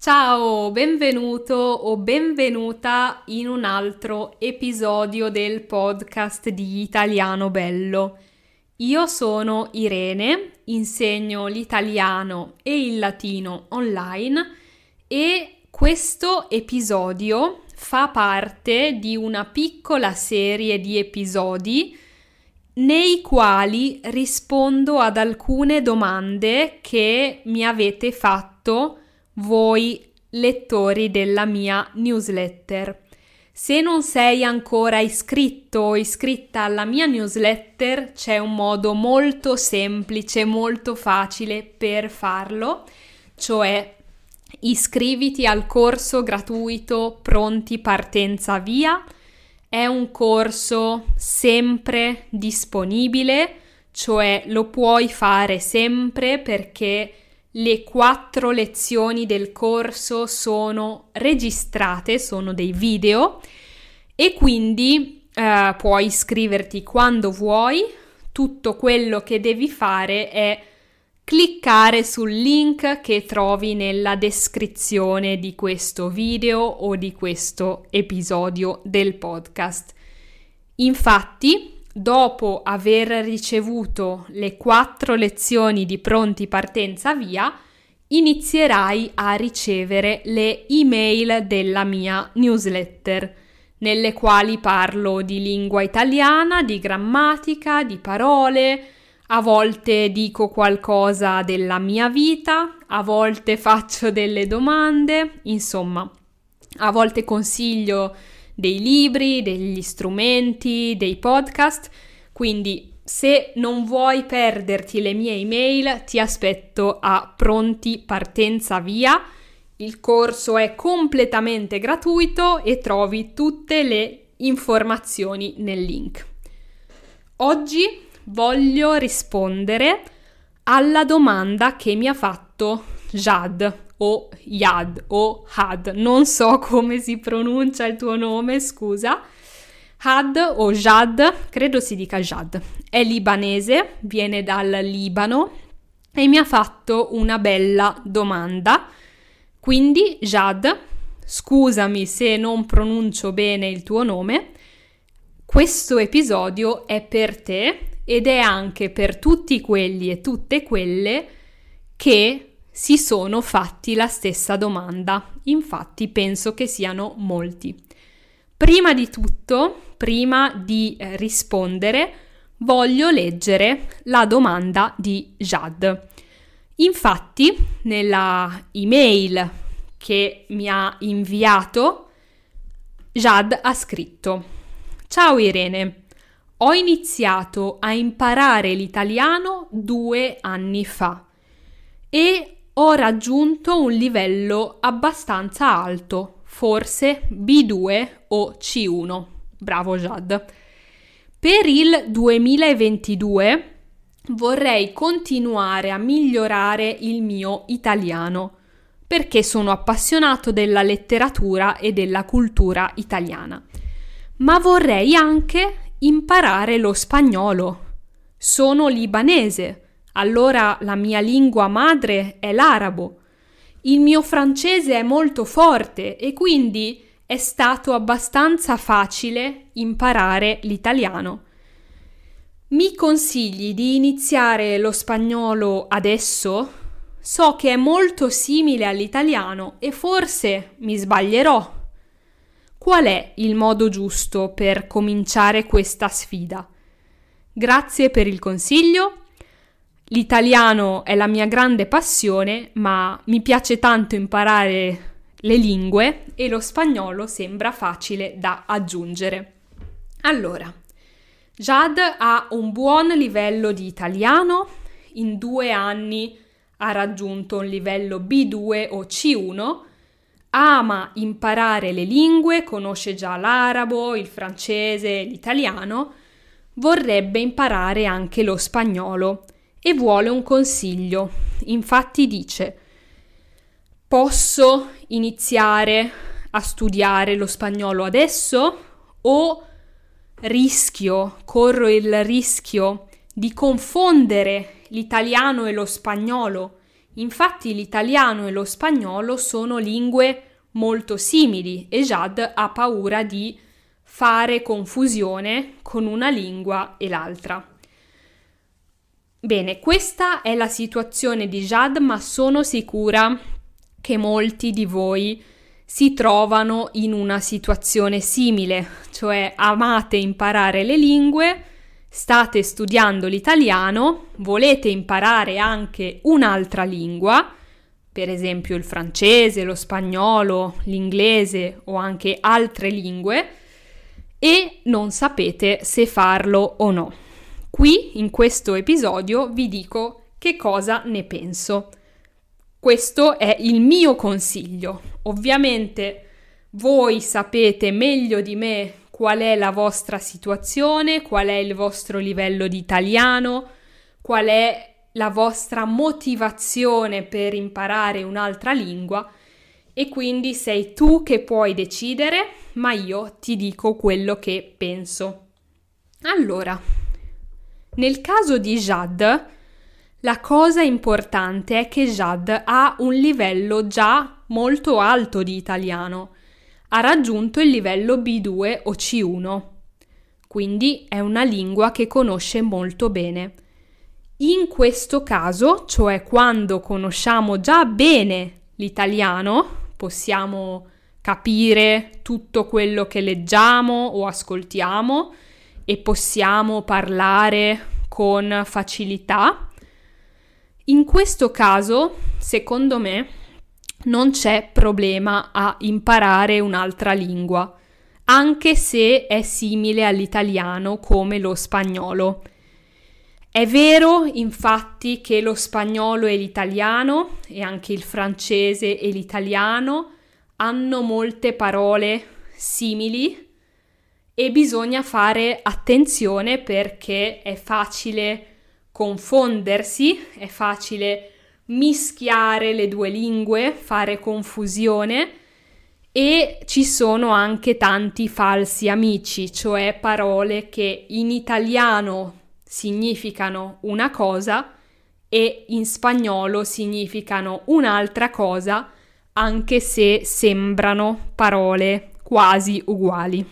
Ciao, benvenuto o benvenuta in un altro episodio del podcast di Italiano Bello. Io sono Irene, insegno l'italiano e il latino online e questo episodio fa parte di una piccola serie di episodi nei quali rispondo ad alcune domande che mi avete fatto voi lettori della mia newsletter. Se non sei ancora iscritto o iscritta alla mia newsletter, c'è un modo molto semplice, molto facile per farlo, cioè iscriviti al corso gratuito Pronti Partenza Via. È un corso sempre disponibile, cioè lo puoi fare sempre perché le 4 lezioni del corso sono registrate, sono dei video e quindi puoi iscriverti quando vuoi. Tutto quello che devi fare è cliccare sul link che trovi nella descrizione di questo video o di questo episodio del podcast. Infatti, dopo aver ricevuto le 4 lezioni di Pronti Partenza Via, inizierai a ricevere le email della mia newsletter, nelle quali parlo di lingua italiana, di grammatica, di parole. A volte dico qualcosa della mia vita, a volte faccio delle domande, insomma, a volte consiglio dei libri, degli strumenti, dei podcast. Quindi se non vuoi perderti le mie email, ti aspetto a Pronti Partenza Via. Il corso è completamente gratuito e trovi tutte le informazioni nel link. Oggi voglio rispondere alla domanda che mi ha fatto Jad o Yad o Had, non so come si pronuncia il tuo nome, scusa. Had o Jad, credo si dica Jad, è libanese, viene dal Libano e mi ha fatto una bella domanda. Quindi Jad, scusami se non pronuncio bene il tuo nome, questo episodio è per te ed è anche per tutti quelli e tutte quelle che si sono fatti la stessa domanda. Infatti penso che siano molti. Prima di tutto, prima di rispondere, voglio leggere la domanda di Jad. Infatti, nella email che mi ha inviato, Jad ha scritto: Ciao Irene, ho iniziato a imparare l'italiano 2 anni fa e ho raggiunto un livello abbastanza alto, forse B2 o C1. Bravo Jad. Per il 2022 vorrei continuare a migliorare il mio italiano perché sono appassionato della letteratura e della cultura italiana. Ma vorrei anche imparare lo spagnolo. Sono libanese. Allora la mia lingua madre è l'arabo. Il mio francese è molto forte e quindi è stato abbastanza facile imparare l'italiano. Mi consigli di iniziare lo spagnolo adesso? So che è molto simile all'italiano e forse mi sbaglierò. Qual è il modo giusto per cominciare questa sfida? Grazie per il consiglio. L'italiano è la mia grande passione, ma mi piace tanto imparare le lingue e lo spagnolo sembra facile da aggiungere. Allora, Jad ha un buon livello di italiano, in 2 anni ha raggiunto un livello B2 o C1, ama imparare le lingue, conosce già l'arabo, il francese, l'italiano, vorrebbe imparare anche lo spagnolo e vuole un consiglio. Infatti dice: posso iniziare a studiare lo spagnolo adesso o corro il rischio di confondere l'italiano e lo spagnolo Infatti l'italiano e lo spagnolo sono lingue molto simili e Jad ha paura di fare confusione con una lingua e l'altra. Bene, questa è la situazione di Jad, ma sono sicura che molti di voi si trovano in una situazione simile, cioè amate imparare le lingue, state studiando l'italiano, volete imparare anche un'altra lingua, per esempio il francese, lo spagnolo, l'inglese o anche altre lingue, e non sapete se farlo o no. Qui, in questo episodio, vi dico che cosa ne penso. Questo è il mio consiglio. Ovviamente voi sapete meglio di me qual è la vostra situazione, qual è il vostro livello di italiano, qual è la vostra motivazione per imparare un'altra lingua e quindi sei tu che puoi decidere, ma io ti dico quello che penso. Allora, nel caso di Jad, la cosa importante è che Jad ha un livello già molto alto di italiano. Ha raggiunto il livello B2 o C1, quindi è una lingua che conosce molto bene. In questo caso, cioè quando conosciamo già bene l'italiano, possiamo capire tutto quello che leggiamo o ascoltiamo e possiamo parlare con facilità. In questo caso, secondo me, non c'è problema a imparare un'altra lingua, anche se è simile all'italiano come lo spagnolo. È vero, infatti, che lo spagnolo e l'italiano, e anche il francese e l'italiano, hanno molte parole simili e bisogna fare attenzione perché è facile confondersi, è facile mischiare le due lingue, fare confusione e ci sono anche tanti falsi amici, cioè parole che in italiano significano una cosa e in spagnolo significano un'altra cosa, anche se sembrano parole quasi uguali.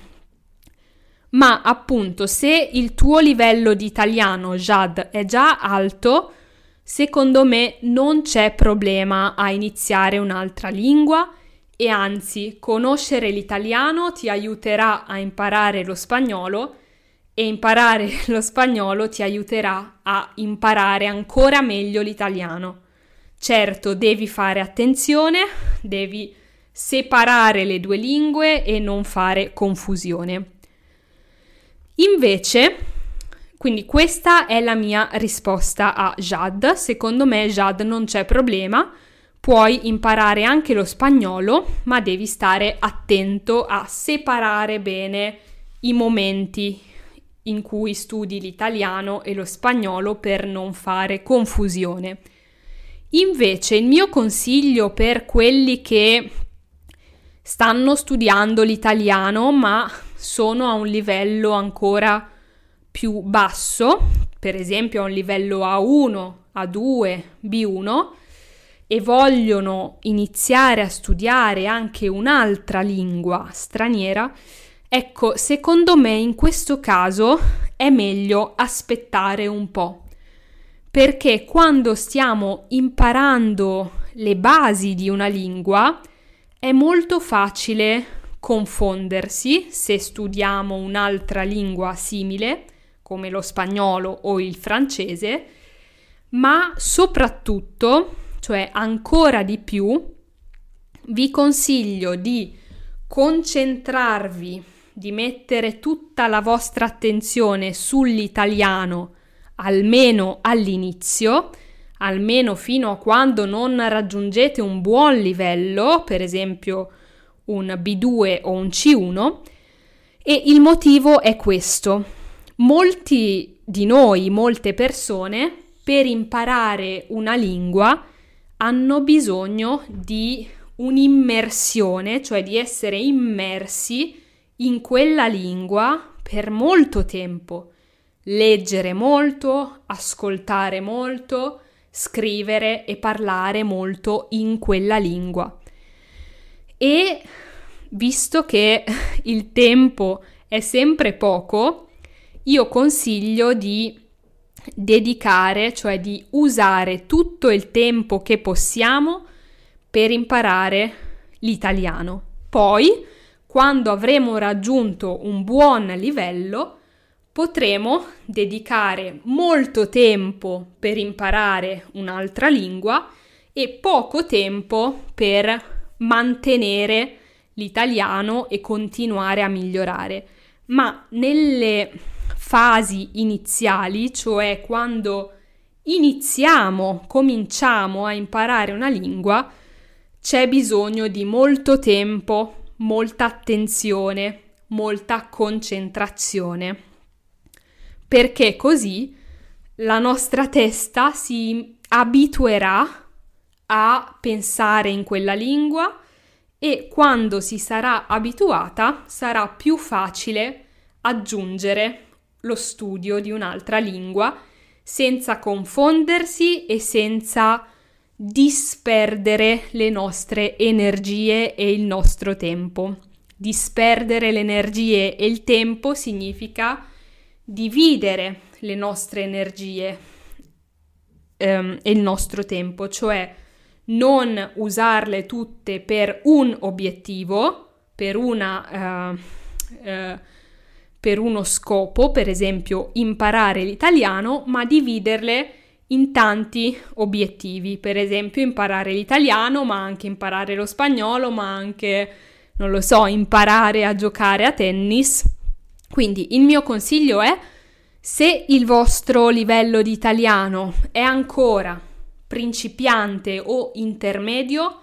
Ma appunto, se il tuo livello di italiano, Jad, è già alto, secondo me non c'è problema a iniziare un'altra lingua e anzi, conoscere l'italiano ti aiuterà a imparare lo spagnolo e imparare lo spagnolo ti aiuterà a imparare ancora meglio l'italiano. Certo, devi fare attenzione, devi separare le due lingue e non fare confusione. Invece, quindi questa è la mia risposta a Jad. Secondo me Jad non c'è problema, puoi imparare anche lo spagnolo, ma devi stare attento a separare bene i momenti in cui studi l'italiano e lo spagnolo per non fare confusione. Invece il mio consiglio per quelli che stanno studiando l'italiano ma sono a un livello ancora più basso, per esempio a un livello A1, A2, B1 e vogliono iniziare a studiare anche un'altra lingua straniera, ecco, secondo me in questo caso è meglio aspettare un po', perché quando stiamo imparando le basi di una lingua è molto facile confondersi se studiamo un'altra lingua simile, come lo spagnolo o il francese, ma soprattutto, cioè ancora di più, vi consiglio di concentrarvi, di mettere tutta la vostra attenzione sull'italiano, almeno all'inizio, almeno fino a quando non raggiungete un buon livello, per esempio un B2 o un C1, e il motivo è questo. Molti di noi, molte persone, per imparare una lingua hanno bisogno di un'immersione, cioè di essere immersi in quella lingua per molto tempo, leggere molto, ascoltare molto, scrivere e parlare molto in quella lingua. E visto che il tempo è sempre poco, io consiglio di dedicare, cioè di usare tutto il tempo che possiamo per imparare l'italiano. Poi, quando avremo raggiunto un buon livello, potremo dedicare molto tempo per imparare un'altra lingua e poco tempo per mantenere l'italiano e continuare a migliorare. Ma nelle fasi iniziali, cioè quando cominciamo a imparare una lingua, c'è bisogno di molto tempo, molta attenzione, molta concentrazione, perché così la nostra testa si abituerà a pensare in quella lingua e quando si sarà abituata sarà più facile aggiungere lo studio di un'altra lingua senza confondersi e senza disperdere le nostre energie e il nostro tempo. Disperdere le energie e il tempo significa dividere le nostre energie e il nostro tempo, cioè non usarle tutte per un obiettivo, per uno scopo, per esempio imparare l'italiano, ma dividerle in tanti obiettivi, per esempio imparare l'italiano, ma anche imparare lo spagnolo, ma anche, non lo so, imparare a giocare a tennis. Quindi il mio consiglio è: se il vostro livello di italiano è ancora principiante o intermedio,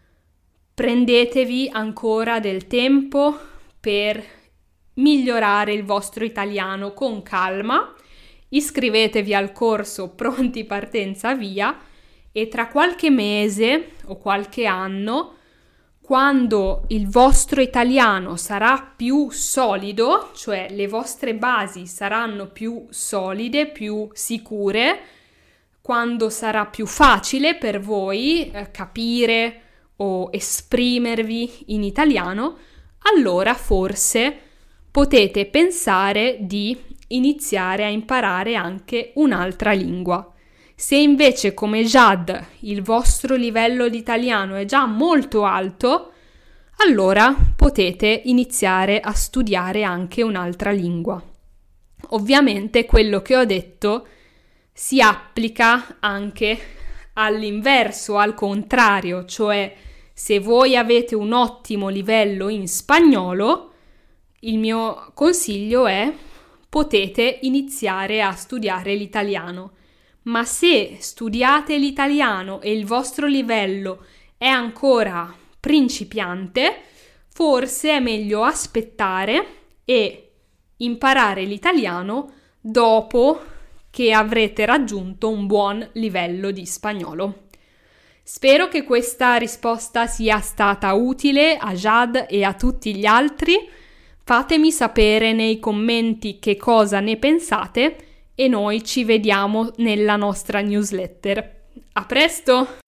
prendetevi ancora del tempo per migliorare il vostro italiano con calma, iscrivetevi al corso Pronti Partenza Via e tra qualche mese o qualche anno, quando il vostro italiano sarà più solido, cioè le vostre basi saranno più solide, più sicure, quando sarà più facile per voi capire o esprimervi in italiano, allora forse potete pensare di iniziare a imparare anche un'altra lingua. Se invece, come Jad, il vostro livello di italiano è già molto alto, allora potete iniziare a studiare anche un'altra lingua. Ovviamente quello che ho detto si applica anche all'inverso, al contrario, cioè se voi avete un ottimo livello in spagnolo, il mio consiglio è: potete iniziare a studiare l'italiano. Ma se studiate l'italiano e il vostro livello è ancora principiante, forse è meglio aspettare e imparare l'italiano dopo che avrete raggiunto un buon livello di spagnolo. Spero che questa risposta sia stata utile a Jad e a tutti gli altri. Fatemi sapere nei commenti che cosa ne pensate e noi ci vediamo nella nostra newsletter. A presto!